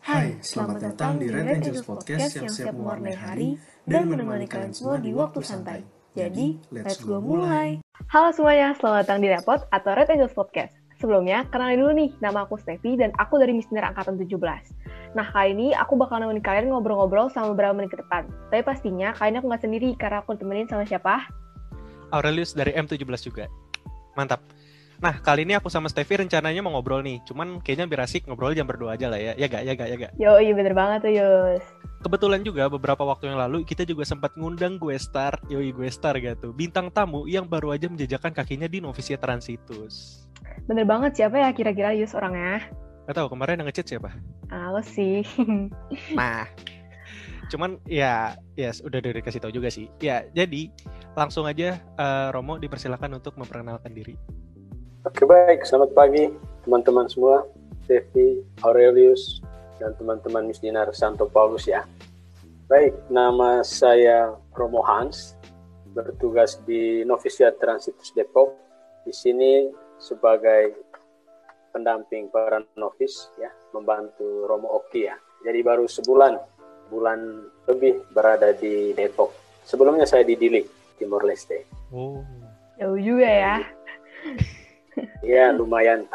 Hai, selamat datang di Red Angels Podcast yang siap mewarnai hari dan menemani kalian semua di waktu santai. Jadi, let's go mulai! Halo semuanya, selamat datang di Repot atau Red Angels Podcast. Sebelumnya, kenalin dulu nih, nama aku Stevi dan aku dari Misner Angkatan 17. Nah, kali ini aku bakal nemenin kalian ngobrol-ngobrol selama beberapa menit ke depan. Tapi pastinya, kalian aku nggak sendiri karena aku ditemenin sama siapa? Aurelius dari M17 juga. Mantap. Nah, kali ini aku sama Stevi rencananya mau ngobrol nih. Cuman kayaknya biar asik ngobrol jam berdua aja lah ya. Ya gak? Yoi, bener banget tuh, Yus. Kebetulan juga beberapa waktu yang lalu kita juga sempat ngundang gue Star gitu. Bintang tamu yang baru aja menjejakkan kakinya di Novisia Transitus. Bener banget, siapa ya kira-kira Yus orangnya? Gak tahu kemarin yang ngechat siapa? Lo sih. Nah, cuman ya udah dikasih tahu juga sih. Ya, jadi langsung aja Romo dipersilakan untuk memperkenalkan diri. Oke, baik, selamat pagi teman-teman semua, Stevi, Aurelius, dan teman-teman Misdinar Santo Paulus ya. Baik, nama saya Romo Hans, bertugas di Novisia Transitus Depok. Di sini sebagai pendamping para novis ya, membantu Romo Oki ya. Jadi baru bulan lebih berada di Depok. Sebelumnya saya di Dili, Timor Leste. Oh. Jauh juga ya. Ya, lumayan.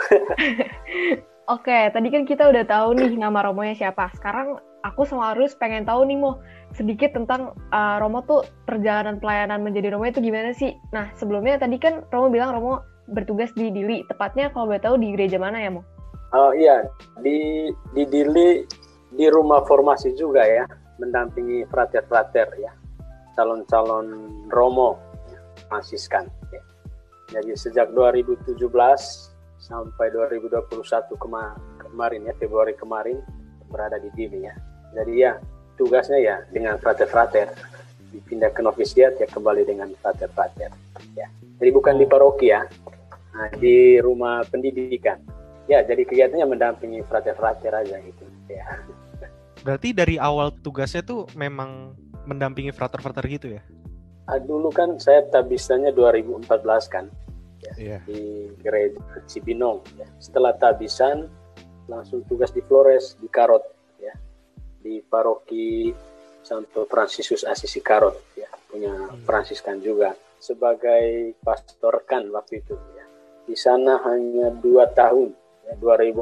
Oke, tadi kan kita udah tahu nih nama Romonya siapa. Sekarang aku sama Arus pengen tahu nih sedikit tentang Romo tuh perjalanan pelayanan menjadi Romo itu gimana sih? Nah, sebelumnya tadi kan Romo bilang Romo bertugas di Dili. Tepatnya kalau boleh tahu di gereja mana ya, Mo? Iya, di Dili, di rumah formasi juga ya, mendampingi frater-frater ya, calon-calon Romo, ya, Fransiskan ya. Jadi sejak 2017 sampai 2021 kemarin ya, Februari kemarin berada di Dili ya. Jadi ya tugasnya ya dengan frater-frater, dipindah ke novisiat ya kembali dengan frater-frater ya. Jadi bukan di paroki ya, di rumah pendidikan. Ya, jadi kegiatannya mendampingi frater-frater aja gitu ya. Berarti dari awal tugasnya tuh memang mendampingi frater-frater gitu ya? Dulu kan saya tabisannya 2014 kan ya, di gereja Cibinong ya. Setelah tabisan langsung tugas di Flores, di Karot ya, di paroki Santo Fransiskus Asisi Karot ya, punya Fransiskan juga sebagai pastor kan waktu itu ya. Di sana hanya 2 tahun ya,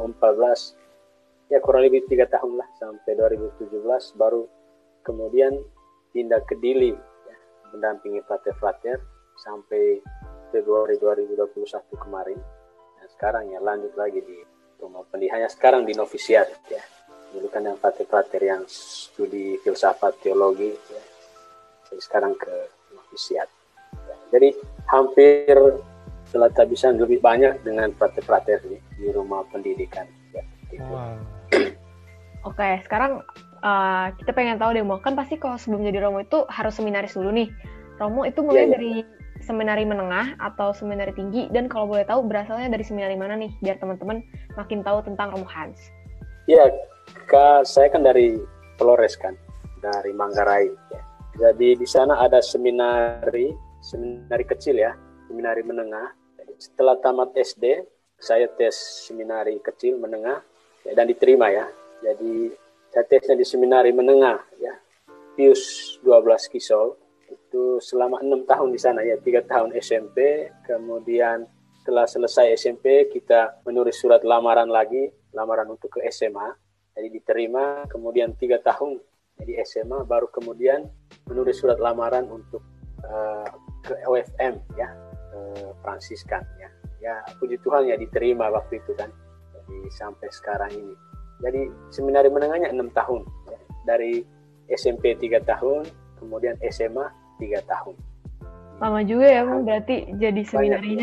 2014 ya, kurang lebih 3 tahun lah sampai 2017 baru kemudian pindah ke Dili ya, mendampingi frater-frater sampai Februari 2021 kemarin. Nah, sekarang ya lanjut lagi di rumah pendihanya, sekarang di novisiat ya. Dulu kan yang frater-frater yang studi filsafat teologi ya. Jadi sekarang ke novisiat. Ya. Jadi hampir setelah tabisan lebih banyak dengan frater-frater di rumah pendidikan ya. Gitu. Wow. Oke, sekarang kita pengen tahu deh, Mo. Kan pasti kalau sebelum jadi Romo itu harus seminaris dulu nih. Romo itu mulai dari seminari menengah atau seminari tinggi, dan kalau boleh tahu berasalnya dari seminari mana nih, biar teman-teman makin tahu tentang Romo Hans. Ya, saya kan dari Flores kan, dari Manggarai ya. Jadi di sana ada seminari kecil ya, seminari menengah. Jadi setelah tamat SD, saya tes seminari kecil menengah ya, dan diterima ya. Jadi saya tesnya di seminari menengah ya, Pius 12 Kisol. Itu selama 6 tahun di sana ya, 3 tahun SMP, kemudian setelah selesai SMP kita menulis surat lamaran untuk ke SMA, jadi diterima, kemudian 3 tahun di SMA, baru kemudian menulis surat lamaran untuk ke OFM ya, Fransiskan ya. Ya puji Tuhan ya diterima waktu itu kan, jadi sampai sekarang ini. Jadi seminari menengahnya 6 tahun ya. Dari SMP 3 tahun, kemudian SMA 3 tahun. Lama juga ya, berarti jadi seminarinya.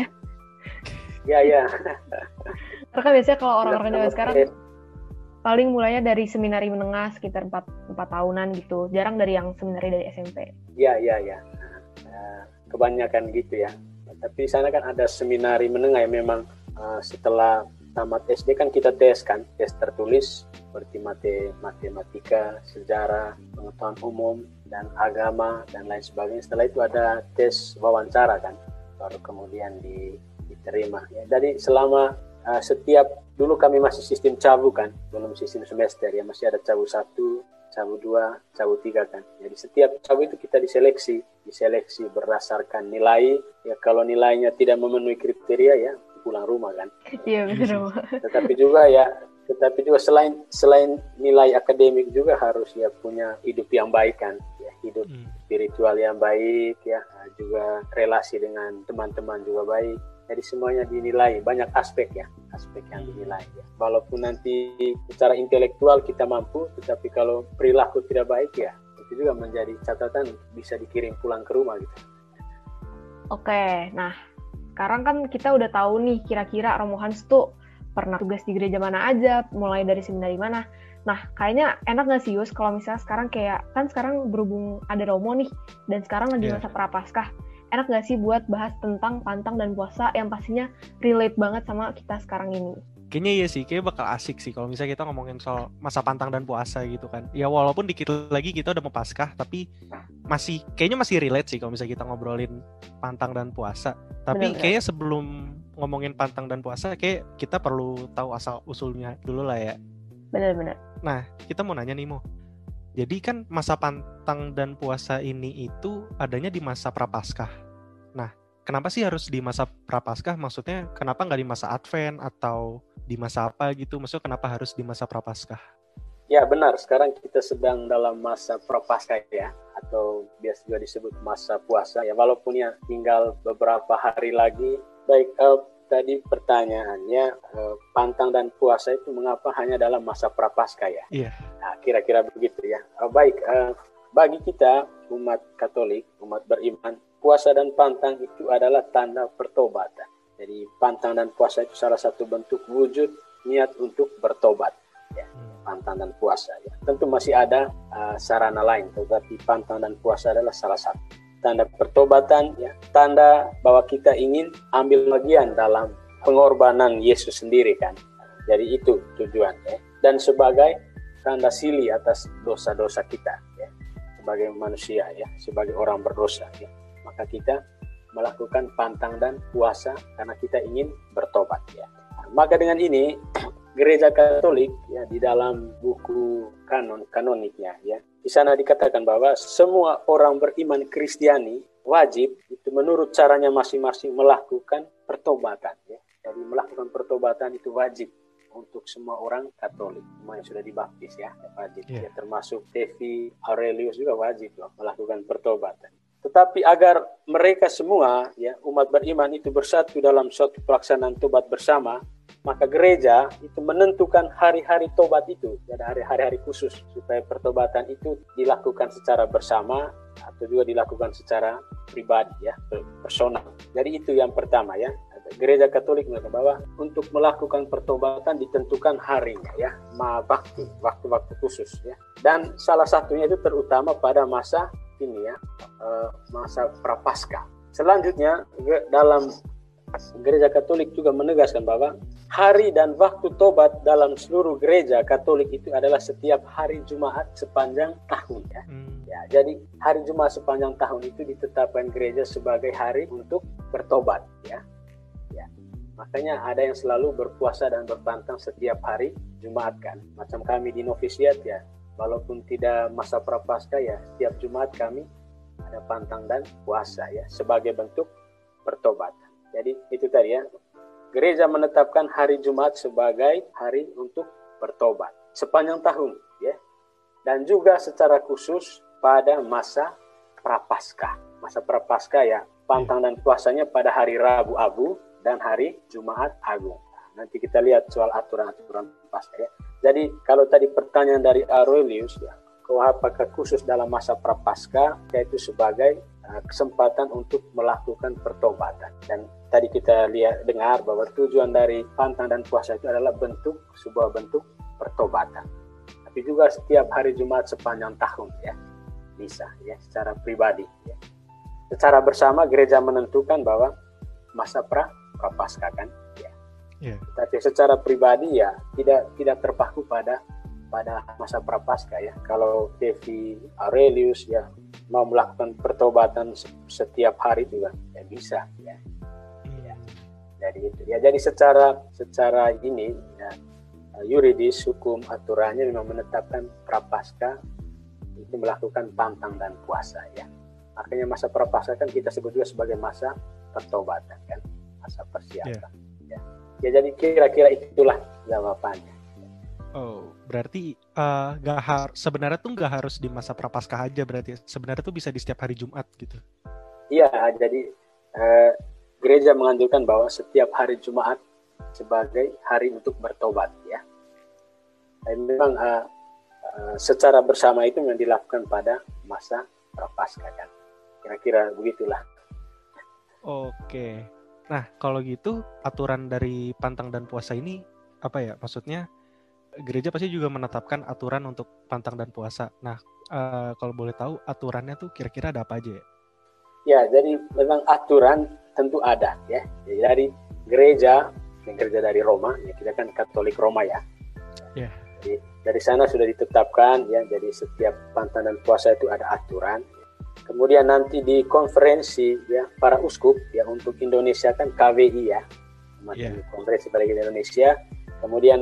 Ya. Karena kan biasanya kalau orang-orang zaman sekarang paling mulainya dari seminari menengah sekitar 4 tahunan gitu. Jarang dari yang seminari dari SMP. Ya. Kebanyakan gitu ya. Tapi di sana kan ada seminari menengah yang memang setelah tamat SD kan kita tes tertulis seperti matematika, sejarah, pengetahuan umum, dan agama, dan lain sebagainya. Setelah itu ada tes wawancara kan, baru kemudian diterima. Ya. Jadi selama setiap dulu kami masih sistem cabu kan, belum sistem semester ya, masih ada cabu 1, cabu 2, cabu 3 kan. Jadi setiap cabu itu kita diseleksi berdasarkan nilai. Ya kalau nilainya tidak memenuhi kriteria ya pulang rumah kan. Iya benar. Tetapi juga selain nilai akademik juga harus ya punya hidup yang baik kan, ya hidup spiritual yang baik ya, juga relasi dengan teman-teman juga baik. Jadi semuanya dinilai, banyak aspek yang dinilai ya. Walaupun nanti secara intelektual kita mampu, tetapi kalau perilaku tidak baik ya, itu juga menjadi catatan bisa dikirim pulang ke rumah gitu. Oke, nah sekarang kan kita udah tahu nih kira-kira Romo Hans tuh pernah tugas di gereja mana aja, mulai dari seminari mana. Nah, kayaknya enak nggak sih Yus kalau misalnya sekarang sekarang berhubung ada Romo nih, dan sekarang lagi masa Prapaskah. Enak nggak sih buat bahas tentang pantang dan puasa yang pastinya relate banget sama kita sekarang ini? Kayaknya iya sih, kayaknya bakal asik sih kalau misalnya kita ngomongin soal masa pantang dan puasa gitu kan. Ya walaupun dikit lagi kita udah mau Paskah, tapi kayaknya masih relate sih kalau misalnya kita ngobrolin pantang dan puasa. Tapi bener-bener. Kayaknya sebelum ngomongin pantang dan puasa, kayak kita perlu tahu asal usulnya dulu lah ya. Benar-benar. Nah, kita mau nanya nih Mo. Jadi kan masa pantang dan puasa ini itu adanya di masa Prapaskah. Nah, kenapa sih harus di masa Prapaskah? Maksudnya kenapa nggak di masa Advent atau di masa apa gitu? Maksudnya kenapa harus di masa Prapaskah? Ya benar, sekarang kita sedang dalam masa Prapaskah ya, atau biasa juga disebut masa puasa ya, walaupun ya tinggal beberapa hari lagi. Baik, tadi pertanyaannya, pantang dan puasa itu mengapa hanya dalam masa Prapaskah ya? Iya. Nah, kira-kira begitu ya. Baik, bagi kita umat Katolik, umat beriman, puasa dan pantang itu adalah tanda pertobatan. Jadi pantang dan puasa itu salah satu bentuk wujud niat untuk bertobat. Ya, pantang dan puasa. Ya. Tentu masih ada sarana lain, tetapi pantang dan puasa adalah salah satu. Tanda pertobatan, ya, tanda bahwa kita ingin ambil bagian dalam pengorbanan Yesus sendiri kan. Jadi itu tujuannya. Dan sebagai tanda sili atas dosa-dosa kita, ya, sebagai manusia, ya, sebagai orang berdosa, ya, maka kita melakukan pantang dan puasa karena kita ingin bertobat. Ya. Maka dengan ini Gereja Katolik ya di dalam buku kanoniknya ya di sana dikatakan bahwa semua orang beriman Kristiani wajib itu menurut caranya masing-masing melakukan pertobatan ya. Jadi melakukan pertobatan itu wajib untuk semua orang Katolik, semua yang sudah dibaptis ya wajib ya, termasuk Devi Aurelius juga wajib loh melakukan pertobatan. Tetapi agar mereka semua ya umat beriman itu bersatu dalam suatu pelaksanaan tobat bersama, maka gereja itu menentukan hari-hari tobat itu, ada hari-hari khusus supaya pertobatan itu dilakukan secara bersama atau juga dilakukan secara pribadi ya, personal. Jadi itu yang pertama ya. Gereja Katolik mengatakan bahwa untuk melakukan pertobatan ditentukan harinya ya, bakti, waktu-waktu khusus ya. Dan salah satunya itu terutama pada masa ini ya, masa Prapaskah. Selanjutnya dalam Gereja Katolik juga menegaskan bahwa hari dan waktu tobat dalam seluruh gereja Katolik itu adalah setiap hari Jumat sepanjang tahun ya. Ya, jadi hari Jumat sepanjang tahun itu ditetapkan gereja sebagai hari untuk bertobat ya. Ya. Makanya ada yang selalu berpuasa dan berpantang setiap hari Jumat kan. Macam kami di novisiat ya, walaupun tidak masa Prapaskah ya, setiap Jumat kami ada pantang dan puasa ya sebagai bentuk pertobatan. Jadi itu tadi ya, gereja menetapkan hari Jumat sebagai hari untuk bertobat sepanjang tahun ya, dan juga secara khusus pada masa Prapaskah. Masa Prapaskah ya, pantang dan puasanya pada hari Rabu Abu dan hari Jumat Agung. Nah, nanti kita lihat soal aturan-aturan Paskah ya. Jadi kalau tadi pertanyaan dari Aurelius ya, apakah khusus dalam masa Prapaskah, yaitu sebagai kesempatan untuk melakukan pertobatan. Dan tadi kita dengar bahwa tujuan dari pantang dan puasa itu adalah sebuah bentuk pertobatan. Tapi juga setiap hari Jumat sepanjang tahun ya, bisa ya secara pribadi ya. Secara bersama gereja menentukan bahwa masa Prapaskah kan ya. Yeah. Tapi secara pribadi ya tidak terpaku pada masa Prapaskah ya. Kalau Devi Aurelius ya mau melakukan pertobatan setiap hari juga ya bisa ya. Ya. Jadi itu ya. Jadi secara ini ya, yuridis hukum aturannya memang menetapkan prapaskah itu melakukan pantang dan puasa ya. Makanya masa prapaskah kan kita sebut juga sebagai masa pertobatan kan, masa persiapan. Ya. Ya jadi kira-kira itulah jawabannya. Oh, berarti sebenarnya tuh nggak harus di masa prapaskah aja berarti. Sebenarnya tuh bisa di setiap hari Jumat gitu. Iya, jadi gereja menganjurkan bahwa setiap hari Jumat sebagai hari untuk bertobat ya. Dan memang secara bersama itu yang dilakukan pada masa prapaskah kan. Kira-kira begitulah. Oke. Nah, kalau gitu aturan dari pantang dan puasa ini apa ya? Maksudnya gereja pasti juga menetapkan aturan untuk pantang dan puasa. Nah, kalau boleh tahu aturannya tuh kira-kira ada apa aja ya? Ya, jadi memang aturan tentu ada ya. Jadi dari gereja dari Roma, ya kita kan Katolik Roma ya. Yeah. Jadi dari sana sudah ditetapkan ya. Jadi setiap pantang dan puasa itu ada aturan. Kemudian nanti di konferensi ya para uskup ya untuk Indonesia kan KWI ya. Konferensi para Gereja Indonesia. Kemudian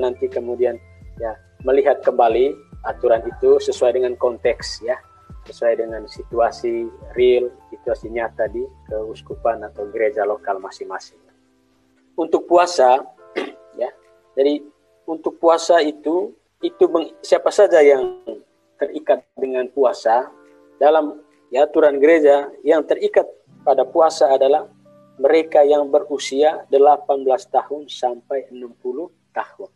ya melihat kembali aturan itu sesuai dengan konteks ya, sesuai dengan situasi real, situasi nyata di keuskupan atau gereja lokal masing-masing. Untuk puasa ya, jadi untuk puasa itu siapa saja yang terikat dengan puasa dalam ya, aturan gereja yang terikat pada puasa adalah mereka yang berusia 18 tahun sampai 60 tahun.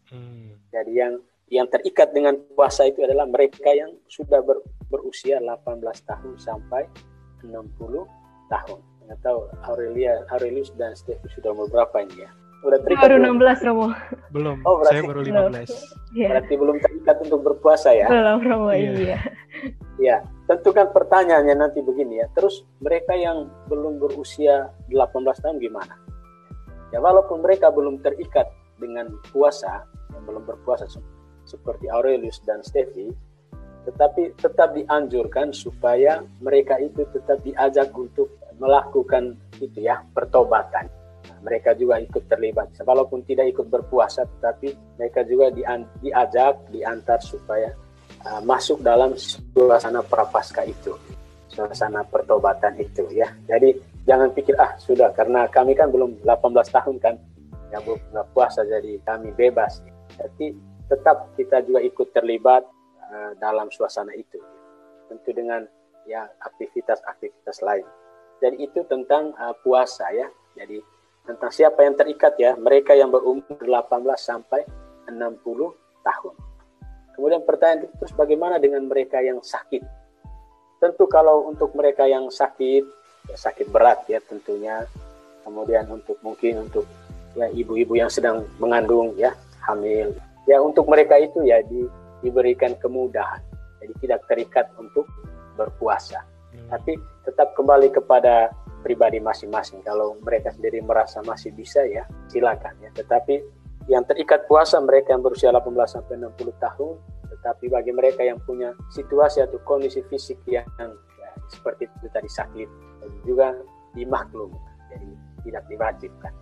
Jadi yang terikat dengan puasa itu adalah mereka yang sudah berusia 18 tahun sampai 60 tahun. Nggak tahu Aurelius dan Steffi sudah umur berapa ini ya? Udah terikat baru 16 Romo. Belum, berarti, saya baru 15. Berarti belum terikat untuk berpuasa ya? Belum Romo, iya. Ya, tentu kan pertanyaannya nanti begini ya. Terus mereka yang belum berusia 18 tahun gimana? Ya walaupun mereka belum terikat dengan puasa, yang belum berpuasa seperti Aurelius dan Steffi, tetapi tetap dianjurkan supaya mereka itu tetap diajak untuk melakukan itu ya, pertobatan. Nah, mereka juga ikut terlibat, walaupun tidak ikut berpuasa, tetapi mereka juga diajak, diantar supaya masuk dalam suasana prapaskah itu, suasana pertobatan itu ya. Jadi jangan pikir sudah karena kami kan belum 18 tahun kan, yang belum puasa jadi kami bebas. Jadi tetap kita juga ikut terlibat dalam suasana itu, tentu dengan ya aktivitas lain. Jadi itu tentang puasa ya. Jadi tentang siapa yang terikat ya, mereka yang berumur 18 sampai 60 tahun. Kemudian pertanyaan itu terus bagaimana dengan mereka yang sakit? Tentu kalau untuk mereka yang sakit, ya sakit berat ya tentunya. Kemudian mungkin untuk ya ibu-ibu yang sedang mengandung ya, hamil. Ya untuk mereka itu ya diberikan kemudahan. Jadi tidak terikat untuk berpuasa. Tapi tetap kembali kepada pribadi masing-masing. Kalau mereka sendiri merasa masih bisa ya silakan ya. Tetapi yang terikat puasa mereka yang berusia 18 sampai 60 tahun. Tetapi bagi mereka yang punya situasi atau kondisi fisik yang ya, seperti itu tadi sakit juga dimaklum. Jadi tidak diwajibkan.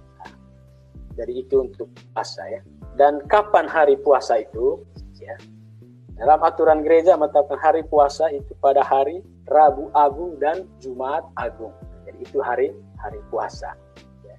Jadi itu untuk puasa ya. Dan kapan hari puasa itu? Ya. Dalam aturan gereja menetapkan hari puasa itu pada hari Rabu Agung dan Jumat Agung. Jadi itu hari puasa. Ya.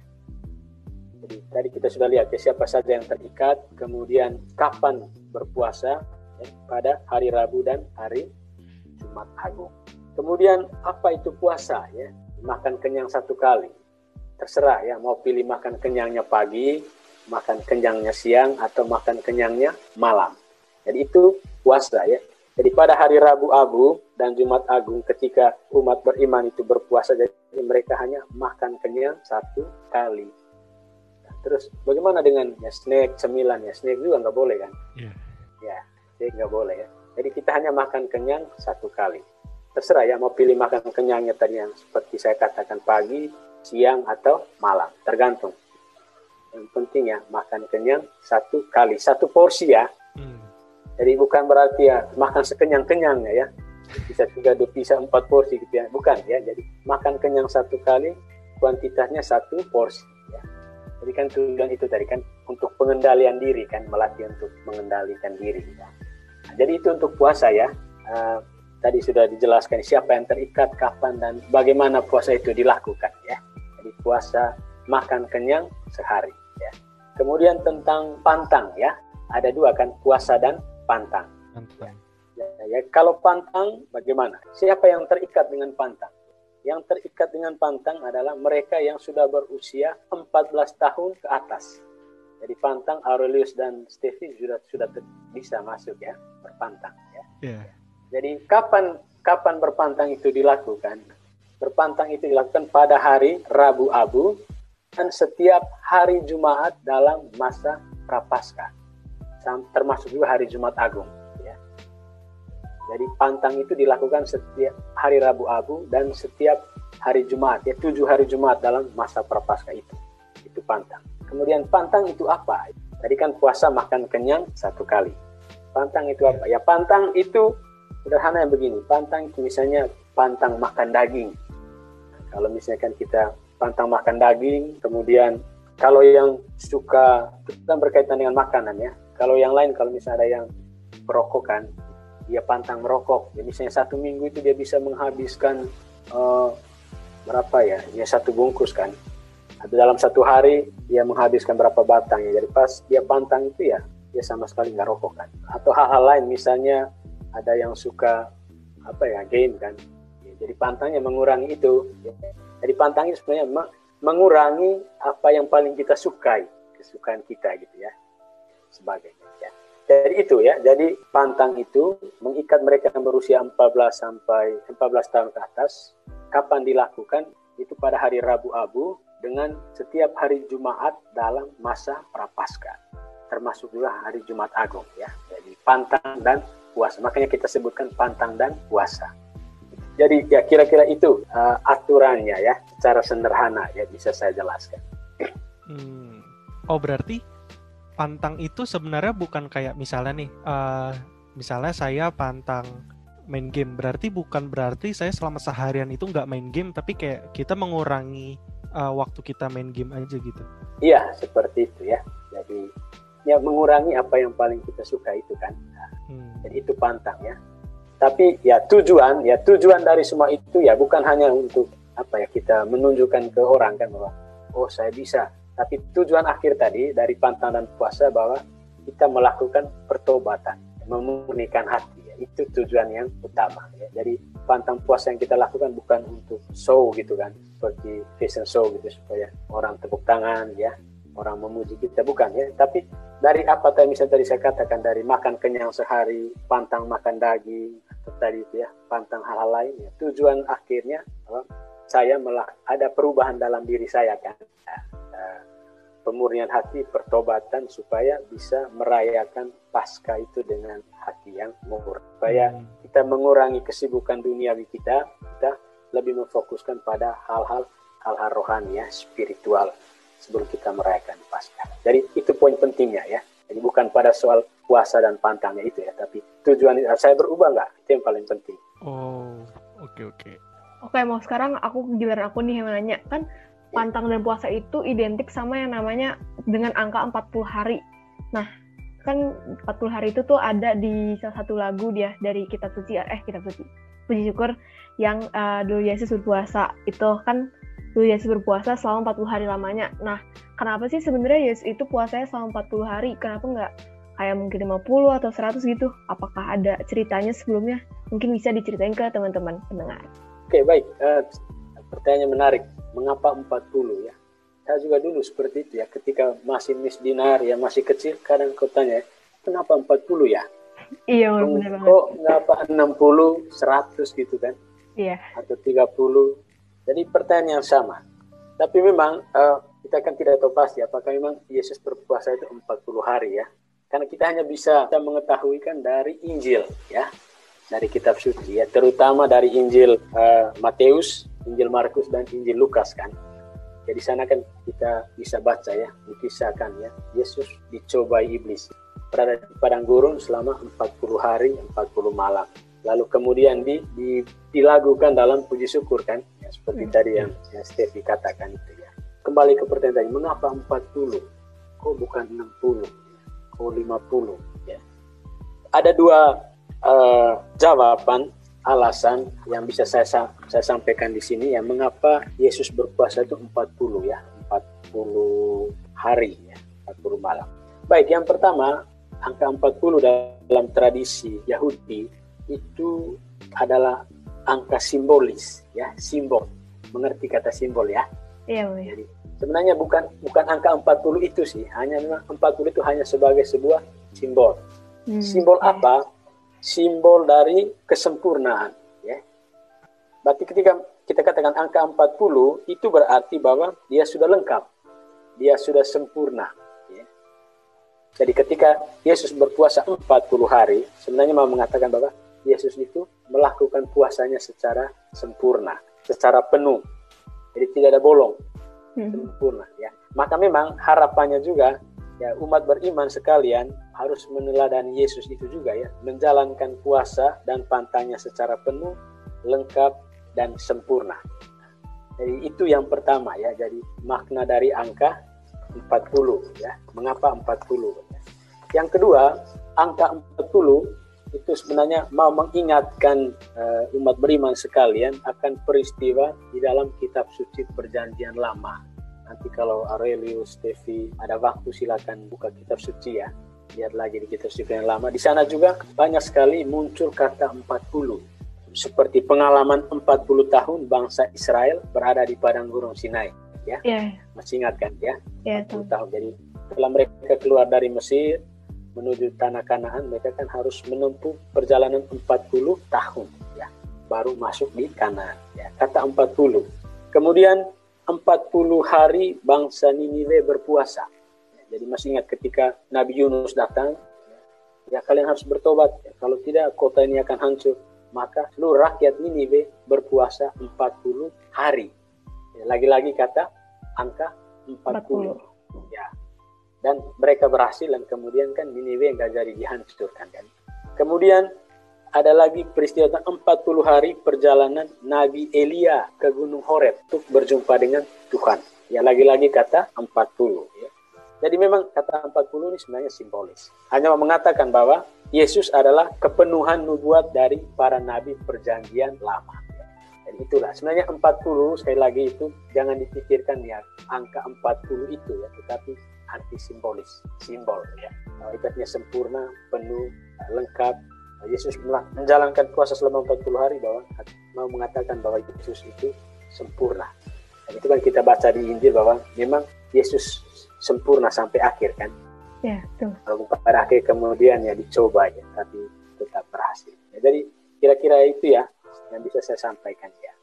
Jadi tadi kita sudah lihat ya, siapa saja yang terikat, kemudian kapan berpuasa ya, pada hari Rabu dan hari Jumat Agung. Kemudian apa itu puasa ya? Makan kenyang satu kali. Terserah ya, mau pilih makan kenyangnya pagi, makan kenyangnya siang, atau makan kenyangnya malam. Jadi itu puasa ya. Jadi pada hari Rabu Agung dan Jumat Agung ketika umat beriman itu berpuasa, jadi mereka hanya makan kenyang satu kali. Nah, terus bagaimana dengan ya, snack, cemilan ya? Snack juga nggak boleh kan? Ya, snack nggak boleh ya. Jadi kita hanya makan kenyang satu kali. Terserah ya, mau pilih makan kenyangnya tadi yang seperti saya katakan pagi, siang atau malam, tergantung. Yang penting ya makan kenyang satu kali, satu porsi ya. Jadi bukan berarti ya makan sekenyang-kenyangnya ya. Bisa 3, bisa 4 porsi gitu ya. Bukan ya. Jadi makan kenyang satu kali, kuantitasnya satu porsi ya. Jadi kan tujuan itu tadi kan untuk pengendalian diri kan, melatih untuk mengendalikan diri. Ya. Nah, jadi itu untuk puasa ya. Tadi sudah dijelaskan siapa yang terikat, kapan dan bagaimana puasa itu dilakukan ya. Jadi puasa makan kenyang sehari ya. Kemudian tentang pantang ya. Ada dua kan, puasa dan pantang. Ya, kalau pantang bagaimana? Siapa yang terikat dengan pantang? Yang terikat dengan pantang adalah mereka yang sudah berusia 14 tahun ke atas. Jadi pantang, Aurelius dan Steffi sudah bisa masuk ya, berpantang ya. Yeah. Jadi kapan berpantang itu dilakukan? Berpantang itu dilakukan pada hari Rabu Abu dan setiap hari Jumat dalam masa Prapaskah, termasuk juga hari Jumat Agung. Ya. Jadi pantang itu dilakukan setiap hari Rabu Abu dan setiap hari Jumat, ya 7 hari Jumat dalam masa Prapaskah itu pantang. Kemudian pantang itu apa? Tadi kan puasa makan kenyang 1 kali. Pantang itu apa? Ya pantang itu sederhana yang begini, pantang itu misalnya pantang makan daging. Kalau misalkan kita pantang makan daging, kemudian kalau yang suka, itu kan berkaitan dengan makanan ya. Kalau yang lain, kalau misalnya ada yang perokokan, dia pantang merokok. Ya, misalnya 1 minggu itu dia bisa menghabiskan berapa ya? Ya 1 bungkus kan. Atau dalam 1 hari dia menghabiskan berapa batang ya. Jadi pas dia pantang itu ya, dia sama sekali nggak rokok kan. Atau hal-hal lain misalnya ada yang suka game kan. Ya, jadi pantangnya mengurangi itu. Ya. Jadi pantangnya sebenarnya mengurangi apa yang paling kita sukai, kesukaan kita gitu ya, sebagainya. Ya. Jadi itu ya. Jadi pantang itu mengikat mereka yang berusia 14 tahun ke atas. Kapan dilakukan? Itu pada hari Rabu Abu dengan setiap hari Jumat dalam masa Prapaskah, termasuk juga hari Jumat Agung ya. Jadi pantang dan puasa. Makanya kita sebutkan pantang dan puasa. Jadi ya kira-kira itu aturannya ya, secara sederhana ya bisa saya jelaskan. Oh berarti pantang itu sebenarnya bukan kayak misalnya nih, misalnya saya pantang main game, bukan berarti saya selama seharian itu nggak main game, tapi kayak kita mengurangi waktu kita main game aja gitu. Iya seperti itu ya. Jadi ya mengurangi apa yang paling kita suka itu kan. Jadi itu pantang ya. Tapi ya tujuan dari semua itu ya bukan hanya untuk kita menunjukkan ke orang kan bahwa oh saya bisa. Tapi tujuan akhir tadi dari pantang dan puasa bahwa kita melakukan pertobatan, memurnikan hati. Ya. Itu tujuan yang utama. Ya. Jadi pantang puasa yang kita lakukan bukan untuk show gitu kan, seperti fashion show gitu supaya orang tepuk tangan ya. Orang memuji kita, bukan ya, tapi dari apa tadi misalnya tadi saya katakan, dari makan kenyang sehari, pantang makan daging, atau tadi itu ya, pantang hal-hal lain ya. Tujuan akhirnya saya ada perubahan dalam diri saya kan, pemurnian hati, pertobatan supaya bisa merayakan Paskah itu dengan hati yang murni, supaya kita mengurangi kesibukan duniawi kita lebih memfokuskan pada hal-hal rohani ya, spiritual sebelum kita merayakan Paskah. Jadi itu poin pentingnya ya. Jadi bukan pada soal puasa dan pantangnya itu ya, tapi tujuan saya berubah nggak? Itu yang paling penting. Oh, oke. Oke, mau sekarang giliran aku nih yang nanya. Kan pantang dan puasa itu identik sama yang namanya dengan angka 40 hari. Nah, kan 40 hari itu tuh ada di salah satu lagu dia dari Kitab Suci, Puji Syukur yang dulu Yesus berpuasa. Itu kan dulu Yesus berpuasa selama 40 hari lamanya. Nah, kenapa sih sebenarnya Yesus itu puasanya selama 40 hari? Kenapa nggak kayak mungkin 50 atau 100 gitu? Apakah ada ceritanya sebelumnya? Mungkin bisa diceritain ke teman-teman pendengar. Oke, baik. Pertanyaan menarik. Mengapa 40 ya? Saya juga dulu seperti itu ya. Ketika masih Miss Dinar, ya masih kecil, kadang kau tanya, kenapa 40 ya? Iya, benar banget. Kok ngapa 60, 100 gitu kan? Iya. Atau 30. Jadi pertanyaan yang sama. Tapi memang kita kan tidak tahu pasti apakah memang Yesus berpuasa itu 40 hari ya. Karena kita hanya bisa mengetahui kan dari Injil ya. Dari kitab suci ya. Terutama dari Injil Matius, Injil Markus, dan Injil Lukas kan. Jadi sana kan kita bisa baca ya. Dikisahkan ya. Yesus dicobai iblis. Berada di padang gurun selama 40 hari, 40 malam. Lalu kemudian dilakukan dalam puji syukur kan. Seperti tadi yang Steffi katakan itu ya. kembali ke pertanyaan tadi, mengapa 40? Kok bukan 60? Kok 50? Ya. Ada dua jawaban, alasan yang bisa saya sampaikan di sini ya, mengapa Yesus berpuasa itu 40 ya, 40 hari ya, 40 malam. Baik, yang pertama, angka 40 dalam tradisi Yahudi itu adalah angka simbolis ya, simbol. Mengerti kata simbol ya? Iya. Jadi sebenarnya bukan angka 40 itu sih, hanya 40 itu hanya sebagai sebuah simbol. Simbol apa? Simbol dari kesempurnaan ya. Berarti ketika kita katakan angka 40 itu berarti bahwa dia sudah lengkap. Dia sudah sempurna ya. Jadi ketika Yesus berpuasa 40 hari, sebenarnya mau mengatakan bahwa Yesus itu melakukan puasanya secara sempurna, secara penuh. Jadi tidak ada bolong, sempurna ya. Maka memang harapannya juga ya, umat beriman sekalian harus meneladani Yesus itu juga ya, menjalankan puasa dan pantangnya secara penuh, lengkap dan sempurna. Jadi itu yang pertama ya. Jadi makna dari angka 40 ya. Mengapa 40? Yang kedua, angka 40 itu sebenarnya mau mengingatkan umat beriman sekalian akan peristiwa di dalam kitab suci Perjanjian Lama. Nanti kalau Aurelius, Stevi ada waktu silakan buka kitab suci ya. Lihat lagi di kitab suci yang lama. Di sana juga banyak sekali muncul kata 40. Seperti pengalaman 40 tahun bangsa Israel berada di padang gurun Sinai ya. Yeah. Masih ingat kan ya? Yeah, 40 tahun. Jadi setelah mereka keluar dari Mesir menuju tanah Kanaan, mereka kan harus menempuh perjalanan 40 tahun ya, baru masuk di Kanaan ya. Kata 40. Kemudian 40 hari bangsa Niniwe berpuasa. Jadi masih ingat ketika Nabi Yunus datang, ya kalian harus bertobat. Ya, kalau tidak kota ini akan hancur. Maka seluruh rakyat Niniwe berpuasa 40 hari. Ya, lagi-lagi kata angka 40. Ya. Dan mereka berhasil dan kemudian kan Niniwe nggak jadi dihancurkan kan. Kemudian ada lagi peristiwa 40 hari perjalanan Nabi Elia ke Gunung Horeb untuk berjumpa dengan Tuhan. Ya lagi-lagi kata 40 ya. Jadi memang kata 40 ini sebenarnya simbolis. Hanya mengatakan bahwa Yesus adalah kepenuhan nubuat dari para nabi Perjanjian Lama. Jadi itulah sebenarnya 40 sekali lagi itu jangan dipikirkan ya angka 40 itu ya, tetapi arti simbolis, simbol ya. Hakikatnya sempurna, penuh, lengkap. Yesus menjalankan puasa selama 40 hari bahwa mau mengatakan bahwa Yesus itu sempurna. Dan itu kan kita baca di Injil bahwa memang Yesus sempurna sampai akhir kan. Ya, betul. Kalau pada akhir kemudian ya dicoba ya, tapi tetap berhasil. Ya, jadi kira-kira itu ya yang bisa saya sampaikan ya.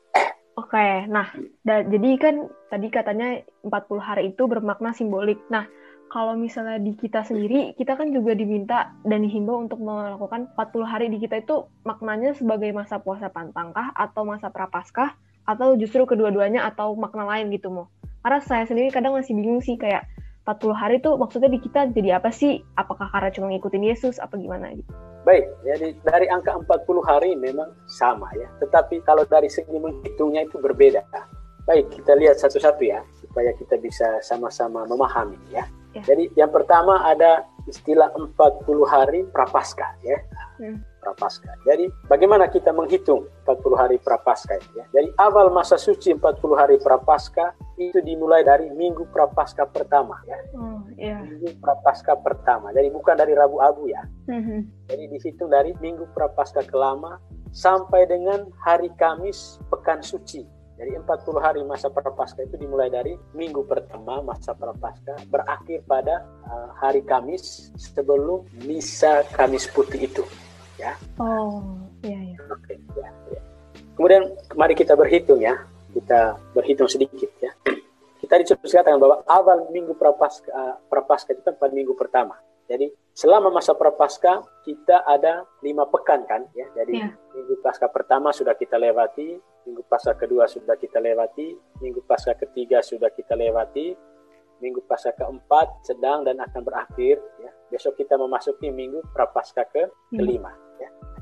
Oke, nah jadi kan tadi katanya 40 hari itu bermakna simbolik. Nah, kalau misalnya di kita sendiri, kita kan juga diminta dan dihimbau untuk melakukan 40 hari di kita itu maknanya sebagai masa puasa pantangkah atau masa prapaskah atau justru kedua-duanya atau makna lain gitu Mo. Karena saya sendiri kadang masih bingung sih kayak 40 hari itu maksudnya di kita jadi apa sih? Apakah karena cuma ngikutin Yesus apa gimana gitu? Baik, jadi dari angka 40 hari memang sama ya. Tetapi kalau dari segi menghitungnya itu berbeda. Baik, kita lihat satu-satu ya supaya kita bisa sama-sama memahami ya. Jadi yang pertama ada istilah 40 hari prapaskah ya. Prapaskah. Jadi bagaimana kita menghitung 40 hari prapaskah ya? Jadi awal masa suci 40 hari prapaskah itu dimulai dari minggu prapaskah pertama ya. Minggu prapaskah pertama. Jadi bukan dari Rabu Abu ya. Jadi dihitung dari minggu prapaskah kelama sampai dengan hari Kamis pekan suci. Jadi 40 hari masa prapaskah itu dimulai dari minggu pertama masa prapaskah berakhir pada hari Kamis sebelum misa Kamis Putih itu, ya. Oh, iya. Oke, ya. Kemudian mari kita berhitung ya, kita berhitung sedikit ya. Kita dikatakan bahwa awal minggu prapaskah itu pada minggu pertama. Jadi selama masa prapaskah kita ada 5 pekan kan ya. Jadi minggu Paskah pertama sudah kita lewati, minggu Paskah kedua sudah kita lewati, minggu Paskah ketiga sudah kita lewati, minggu Paskah keempat sedang dan akan berakhir ya. Besok kita memasuki minggu prapaskah kelima ya. Itu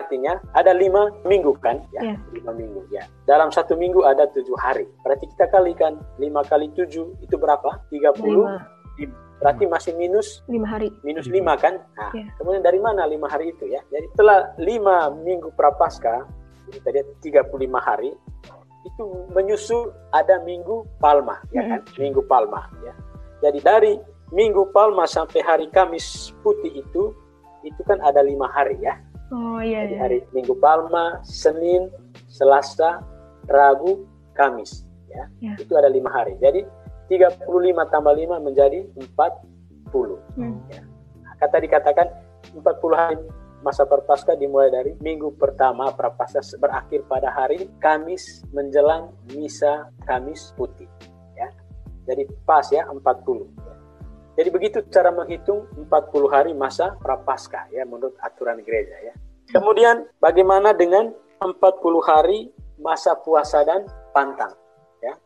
artinya ada 5 minggu kan? Ya, 5 minggu ya. Dalam 1 minggu ada 7 hari. Berarti kita kalikan 5 kali 7 itu berapa? 30. Berarti masih minus 5 hari. Minus 5 kan? Nah, kemudian dari mana 5 hari itu ya? Jadi setelah 5 minggu prapaskah, ini tadi 35 hari, itu menyusul ada minggu Palma, ya kan? Minggu Palma ya. Jadi dari minggu Palma sampai hari Kamis putih itu kan ada 5 hari ya. Oh iya. Jadi hari Minggu Palma, Senin, Selasa, Rabu, Kamis ya. Itu ada 5 hari. Jadi 35 tambah 5 menjadi 40. Ya. Kata dikatakan 40 hari masa Prapaskah dimulai dari minggu pertama Prapaskah berakhir pada hari Kamis menjelang misa Kamis putih ya. Jadi pas ya 40. Ya. Jadi begitu cara menghitung 40 hari masa Prapaskah ya menurut aturan gereja ya. Kemudian bagaimana dengan 40 hari masa puasa dan pantang ya.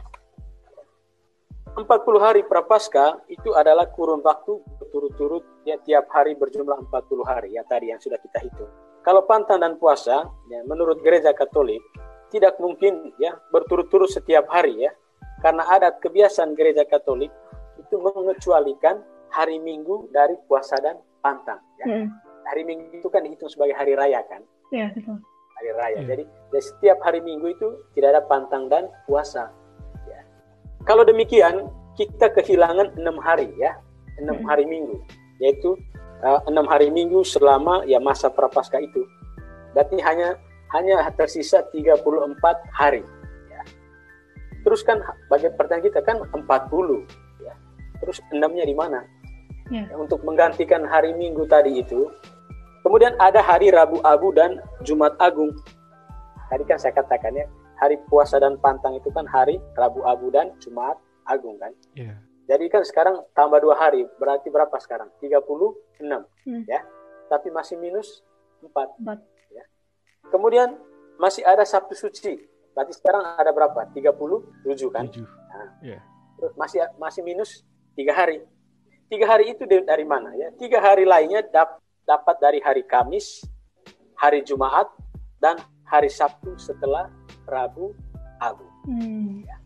40 hari Prapaskah itu adalah kurun waktu berturut-turut ya, tiap hari berjumlah 40 hari ya tadi yang sudah kita hitung. Kalau pantang dan puasa ya, menurut gereja Katolik tidak mungkin ya berturut-turut setiap hari ya. Karena ada kebiasaan gereja Katolik itu mengecualikan hari Minggu dari puasa dan pantang ya. Hari Minggu itu kan dihitung sebagai hari raya kan? Iya, betul. Hari raya. Jadi setiap hari Minggu itu tidak ada pantang dan puasa. Ya. Kalau demikian, kita kehilangan 6 hari ya. 6 hari Minggu. Yaitu 6 hari Minggu selama ya masa Prapaskah itu. Berarti hanya tersisa 34 hari. Ya. Terus kan bagi pertanyaan kita kan 40. Ya. Terus 6-nya di mana? Ya, untuk menggantikan hari Minggu tadi itu. Kemudian ada hari Rabu Abu dan Jumat Agung. Tadi kan saya katakan ya, hari puasa dan pantang itu kan hari Rabu Abu dan Jumat Agung kan. Yeah. Jadi kan sekarang tambah 2 hari, berarti berapa sekarang? 36 ya. Tapi masih minus 4. Ya. Kemudian masih ada Sabtu Suci. Berarti sekarang ada berapa? 37 kan? 7. Nah, terus masih minus 3 hari. 3 hari itu dari mana ya? 3 hari lainnya dapat dari hari Kamis, hari Jumat, dan hari Sabtu setelah Rabu Abu. Ya.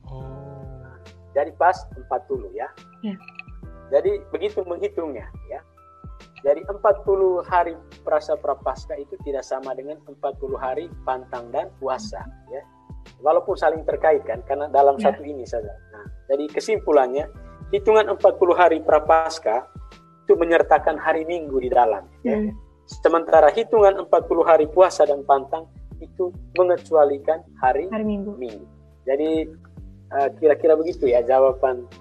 Jadi pas 40 ya. Jadi begitu menghitungnya ya. Jadi 40 hari Prasa Prapaskah itu tidak sama dengan 40 hari pantang dan puasa ya. Walaupun saling terkait kan, karena dalam satu ini saja. Nah, jadi kesimpulannya, hitungan 40 hari Prapaskah itu menyertakan hari Minggu di dalam. Ya. Sementara hitungan 40 hari puasa dan pantang itu mengecualikan hari Minggu. Jadi kira-kira begitu ya jawaban.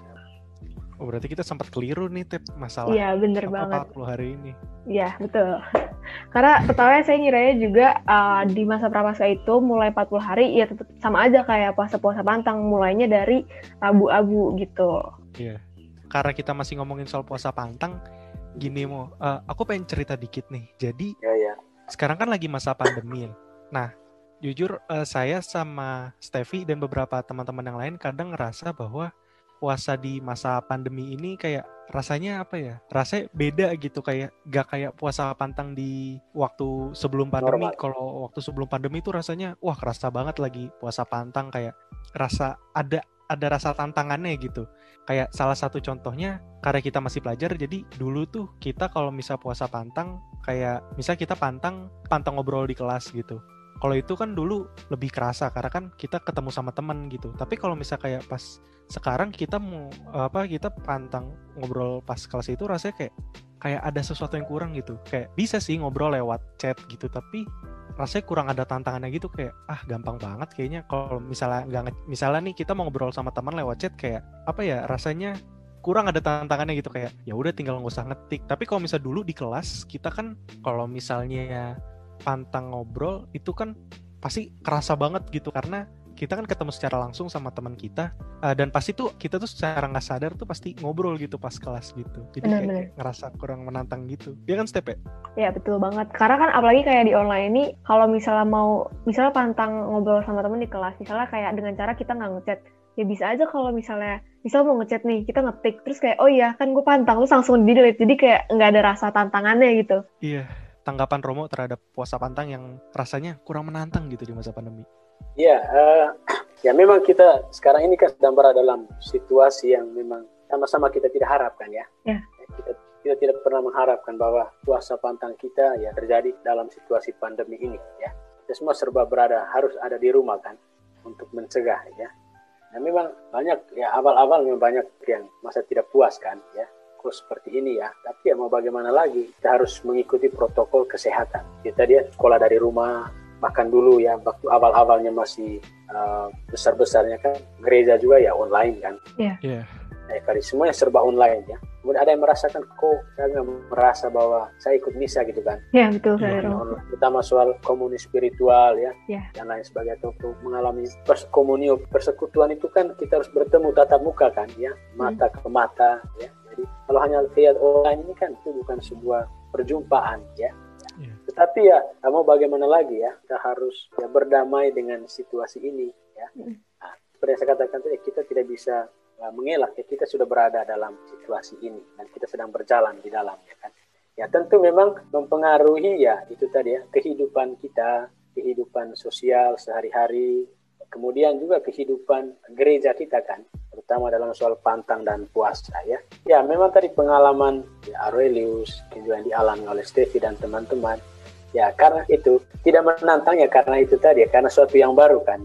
Oh, berarti kita sempat keliru nih Tep masalah. Iya, bener banget. 40 hari ini. Iya, betul. Karena pertama saya ngiranya juga di masa Prapaskah itu mulai 40 hari ya tetap sama aja kayak puasa-puasa pantang, mulainya dari Rabu Abu gitu. Iya. Karena kita masih ngomongin soal puasa pantang, gini aku pengen cerita dikit nih. Jadi sekarang kan lagi masa pandemi ya. Nah, jujur saya sama Steffi dan beberapa teman-teman yang lain kadang ngerasa bahwa puasa di masa pandemi ini kayak rasanya apa ya? Rasanya beda gitu, kayak gak kayak puasa pantang di waktu sebelum pandemi. Kalau waktu sebelum pandemi itu rasanya wah kerasa banget lagi puasa pantang, kayak rasa ada rasa tantangannya gitu. Kayak salah satu contohnya karena kita masih pelajar, jadi dulu tuh kita kalau misal puasa pantang kayak misal kita pantang ngobrol di kelas gitu. Kalau itu kan dulu lebih kerasa karena kan kita ketemu sama teman gitu. Tapi kalau misal kayak pas sekarang kita kita pantang ngobrol pas kelas itu rasanya kayak ada sesuatu yang kurang gitu. Kayak bisa sih ngobrol lewat chat gitu, tapi rasanya kurang ada tantangannya gitu, kayak gampang banget kayaknya kalau misalnya nih kita mau ngobrol sama teman lewat chat, kayak apa ya, rasanya kurang ada tantangannya gitu, kayak ya udah tinggal nggak usah ngetik. Tapi kalau misal dulu di kelas kita kan kalau misalnya pantang ngobrol itu kan pasti kerasa banget gitu, karena kita kan ketemu secara langsung sama teman kita, dan pasti tuh kita tuh secara nggak sadar tuh pasti ngobrol gitu pas kelas gitu. Jadi kayak ngerasa kurang menantang gitu. Dia kan Step ya? Ya betul banget. Karena kan apalagi kayak di online ini, kalau misalnya misalnya pantang ngobrol sama teman di kelas, misalnya kayak dengan cara kita nggak ngechat, ya bisa aja kalau misalnya mau ngechat nih, kita ngetik terus kayak oh iya kan gue pantang, terus langsung di delete, jadi kayak nggak ada rasa tantangannya gitu. Iya. tanggapan Romo terhadap puasa pantang yang rasanya kurang menantang gitu di masa pandemi? Ya, ya memang kita sekarang ini kan sedang berada dalam situasi yang memang sama-sama kita tidak harapkan ya. Kita tidak pernah mengharapkan bahwa puasa pantang kita ya terjadi dalam situasi pandemi ini ya. Kita semua serba harus ada di rumah kan untuk mencegah ya. Nah memang banyak ya, awal-awal memang banyak yang masa tidak puas kan ya. Kok seperti ini ya, tapi ya mau bagaimana lagi, kita harus mengikuti protokol kesehatan. Kita sekolah dari rumah, bahkan dulu ya waktu awal-awalnya masih besar-besarnya kan gereja juga ya online kan. Kali semuanya serba online ya. Kemudian ada yang merasakan kok saya nggak merasa bahwa saya ikut misa gitu kan. Iya betul saya. Terutama soal komuni spiritual ya. Dan lain sebagainya. Untuk mengalami persekutuan itu kan kita harus bertemu tatap muka kan ya, mata ke mata ya. Jadi kalau hanya via online ini kan itu bukan sebuah perjumpaan ya. Tetapi ya mau bagaimana lagi ya, kita harus ya berdamai dengan situasi ini ya. Nah, seperti yang saya katakan tadi, kita tidak bisa mengelak ya, kita sudah berada dalam situasi ini dan kita sedang berjalan di dalam ya kan. Ya tentu memang mempengaruhi ya itu tadi ya, kehidupan kita, kehidupan sosial sehari-hari, kemudian juga kehidupan gereja kita kan, terutama dalam soal pantang dan puasa ya. Ya memang tadi pengalaman ya, Aurelius yang dialami oleh Steffi dan teman-teman. Ya karena itu tidak menantang ya, karena itu tadi ya, karena suatu yang baru kan.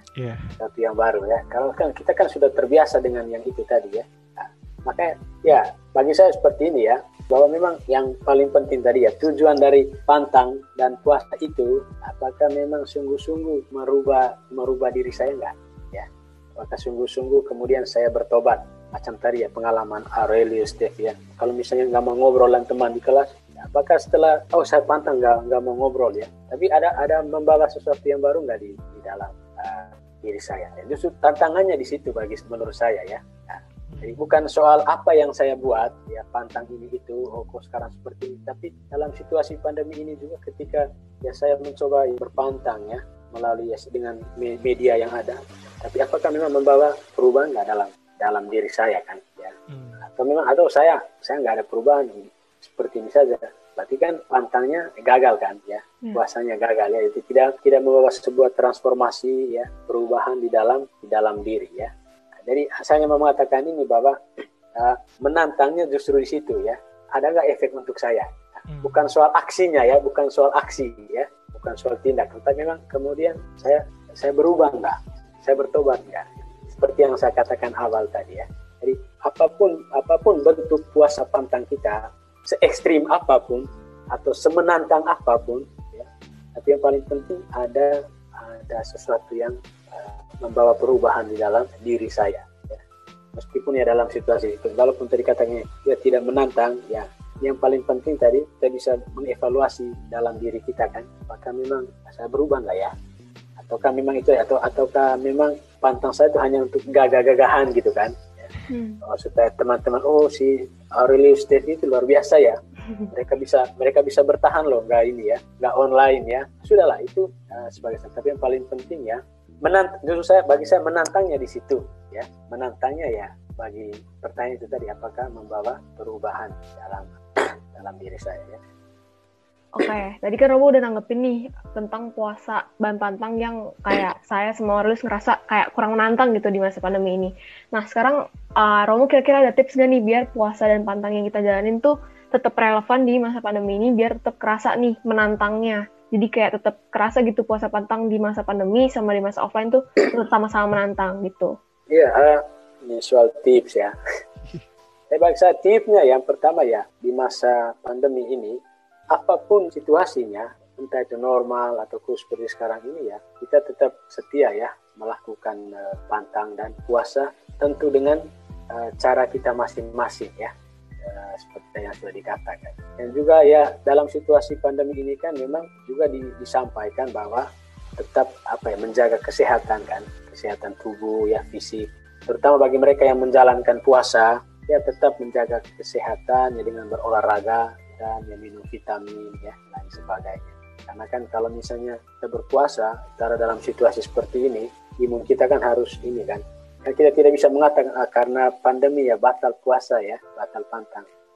Suatu yang baru ya. Kalau kan kita kan sudah terbiasa dengan yang itu tadi ya. Nah, makanya ya bagi saya seperti ini ya, bahwa memang yang paling penting tadi ya, tujuan dari pantang dan puasa itu apakah memang sungguh-sungguh merubah diri saya enggak ya. Apakah sungguh-sungguh kemudian saya bertobat macam tadi ya pengalaman Aurelius Steffi ya. Kalau misalnya nggak mau ngobrol dengan teman di kelas, apakah setelah saya pantang nggak mau ngobrol ya, tapi ada membawa sesuatu yang baru nggak di dalam diri saya ya. Justru tantangannya di situ menurut saya ya. Nah, jadi bukan soal apa yang saya buat ya, pantang ini itu kok sekarang seperti ini, tapi dalam situasi pandemi ini juga ketika ya saya mencoba berpantang ya melalui dengan media yang ada, tapi apakah memang membawa perubahan nggak dalam diri saya kan ya, atau saya nggak ada perubahan seperti ini saja, berarti kan pantangnya gagal kan ya, puasanya gagal ya, itu tidak membawa sebuah transformasi ya, perubahan di dalam diri ya. Nah, jadi saya mau mengatakan ini bahwa menantangnya justru di situ ya, ada nggak efek untuk saya, bukan soal aksinya ya, bukan soal aksi ya, bukan soal tindak, tapi memang kemudian saya berubah nggak, saya bertobat nggak, seperti yang saya katakan awal tadi ya. Jadi apapun bentuk puasa pantang kita, se-ekstrim apapun atau semenantang apapun ya, tapi yang paling penting ada sesuatu yang membawa perubahan di dalam diri saya ya. Meskipun ya dalam situasi itu, walaupun tadi katanya ya tidak menantang ya, yang paling penting tadi kita bisa mengevaluasi dalam diri kita kan, apakah memang saya berubah nggak ya, ataukah memang itu ataukah memang pantang saya itu hanya untuk gagah-gagahan gitu kan. Supaya teman-teman si Aurelius Steffi itu luar biasa ya, mereka bisa bertahan loh, nggak online ya, sudahlah itu sebagai tapi yang paling penting ya bagi saya menantangnya di situ ya, menantangnya ya bagi pertanyaan itu tadi, apakah membawa perubahan dalam diri saya ya. Oke, tadi kan Romo udah nanggepin nih tentang puasa dan pantang yang kayak saya semua harus ngerasa kayak kurang menantang gitu di masa pandemi ini. Nah sekarang Romo kira-kira ada tips nggak nih biar puasa dan pantang yang kita jalanin tuh tetap relevan di masa pandemi ini, biar tetap kerasa nih menantangnya. Jadi kayak tetap kerasa gitu puasa pantang di masa pandemi sama di masa offline tuh tetap sama-sama menantang gitu. Iya, ini soal tips ya. Bagi saya tipsnya yang pertama ya, di masa pandemi ini, apapun situasinya, entah itu normal atau khusus seperti sekarang ini ya, kita tetap setia ya melakukan pantang dan puasa, tentu dengan cara kita masing-masing ya, seperti yang sudah dikatakan. Dan juga ya dalam situasi pandemi ini kan memang juga disampaikan bahwa tetap menjaga kesehatan kan, kesehatan tubuh ya, fisik, terutama bagi mereka yang menjalankan puasa ya, tetap menjaga kesehatan ya dengan berolahraga dan minum vitamin ya, lain sebagainya. Karena kan kalau misalnya kita berpuasa dalam situasi seperti ini, imun kita kan harus ini kan kita tidak bisa mengatakan karena pandemi ya batal puasa ya, batal pantang. Jadi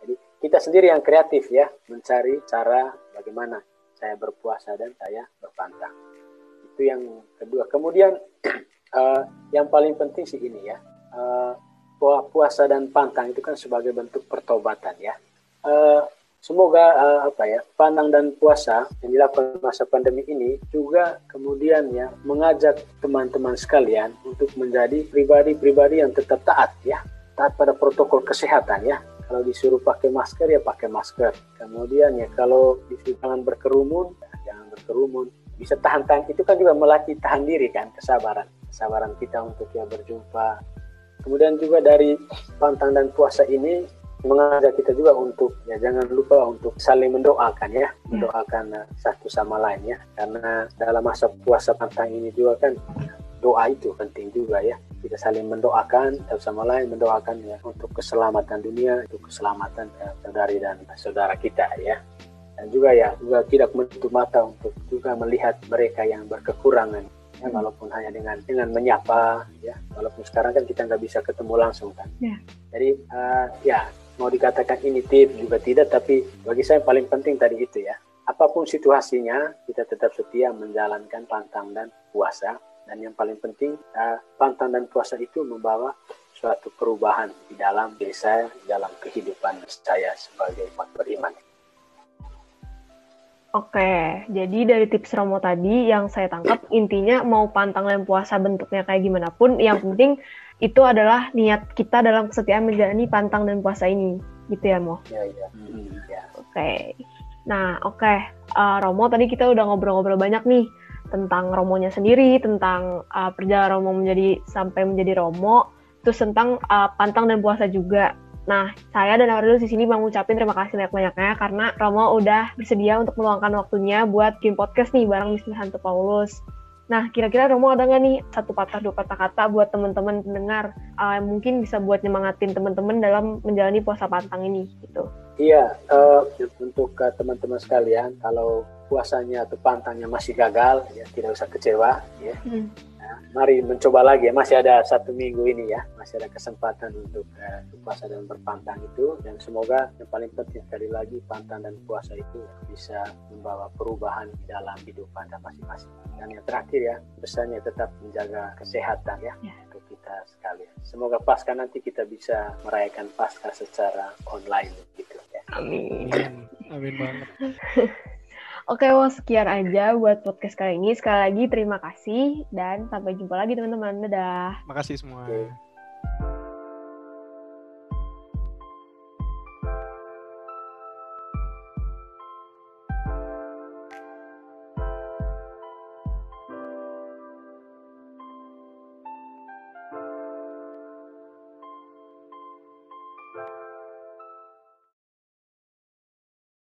kita sendiri yang kreatif ya, mencari cara bagaimana saya berpuasa dan saya berpantang. Itu yang kedua. Kemudian yang paling penting sih ini ya, puasa dan pantang itu kan sebagai bentuk pertobatan ya. Semoga pantang dan puasa yang dilakukan masa pandemi ini juga kemudian ya mengajak teman-teman sekalian untuk menjadi pribadi-pribadi yang tetap taat ya, taat pada protokol kesehatan ya. Kalau disuruh pakai masker ya pakai masker. Kemudian ya kalau disuruh jangan berkerumun, jangan berkerumun. Bisa tahan-tahan, itu kan juga melatih tahan diri kan, kesabaran kita untuk ya berjumpa. Kemudian juga dari pantang dan puasa ini mengajak kita juga untuk ya jangan lupa untuk saling mendoakan ya, mendoakan satu sama lain ya. Karena dalam masa puasa pantang ini juga kan doa itu penting juga ya. Kita saling mendoakan satu sama lain, mendoakan ya untuk keselamatan dunia, untuk keselamatan saudari dan saudara kita ya. Dan juga tidak menutup mata untuk juga melihat mereka yang berkekurangan ya, walaupun hanya dengan menyapa ya, walaupun sekarang kan kita nggak bisa ketemu langsung kan. Jadi mau dikatakan ini tips juga tidak, tapi bagi saya paling penting tadi itu ya, apapun situasinya kita tetap setia menjalankan pantang dan puasa. Dan yang paling penting pantang dan puasa itu membawa suatu perubahan di dalam diri saya, dalam kehidupan saya sebagai umat beriman. Oke, jadi dari tips Romo tadi yang saya tangkap intinya mau pantang dan puasa bentuknya kayak gimana pun, yang penting itu adalah niat kita dalam kesetiaan menjalani pantang dan puasa ini, gitu ya Mo? Iya. Oke. Nah, Romo tadi kita udah ngobrol-ngobrol banyak nih tentang Romonya sendiri, tentang perjalanan Romo sampai menjadi Romo, terus tentang pantang dan puasa juga. Nah, saya dan Aurelius di sini mau ngucapin terima kasih banyak-banyaknya karena Romo udah bersedia untuk meluangkan waktunya buat bikin podcast nih bareng Mr. Santo Paulus. Nah, kira-kira Romo ada nggak nih satu patah dua patah kata buat teman-teman pendengar, mungkin bisa buat nyemangatin teman-teman dalam menjalani puasa pantang ini gitu. Iya, untuk teman-teman sekalian, kalau puasanya atau pantangnya masih gagal, ya tidak usah kecewa. Ya. Nah, mari mencoba lagi ya, masih ada 1 minggu ini ya, masih ada kesempatan untuk puasa dan berpantang itu. Dan semoga yang paling penting sekali lagi, pantang dan puasa itu bisa membawa perubahan di dalam hidup Anda masing-masing. Dan yang terakhir ya, pesannya tetap menjaga kesehatan ya. Untuk kita sekalian. Semoga Paskah nanti kita bisa merayakan Paskah secara online gitu ya. Amin banget. Oke, sekian aja buat podcast kali ini. Sekali lagi terima kasih dan sampai jumpa lagi teman-teman. Dadah. Makasih semua.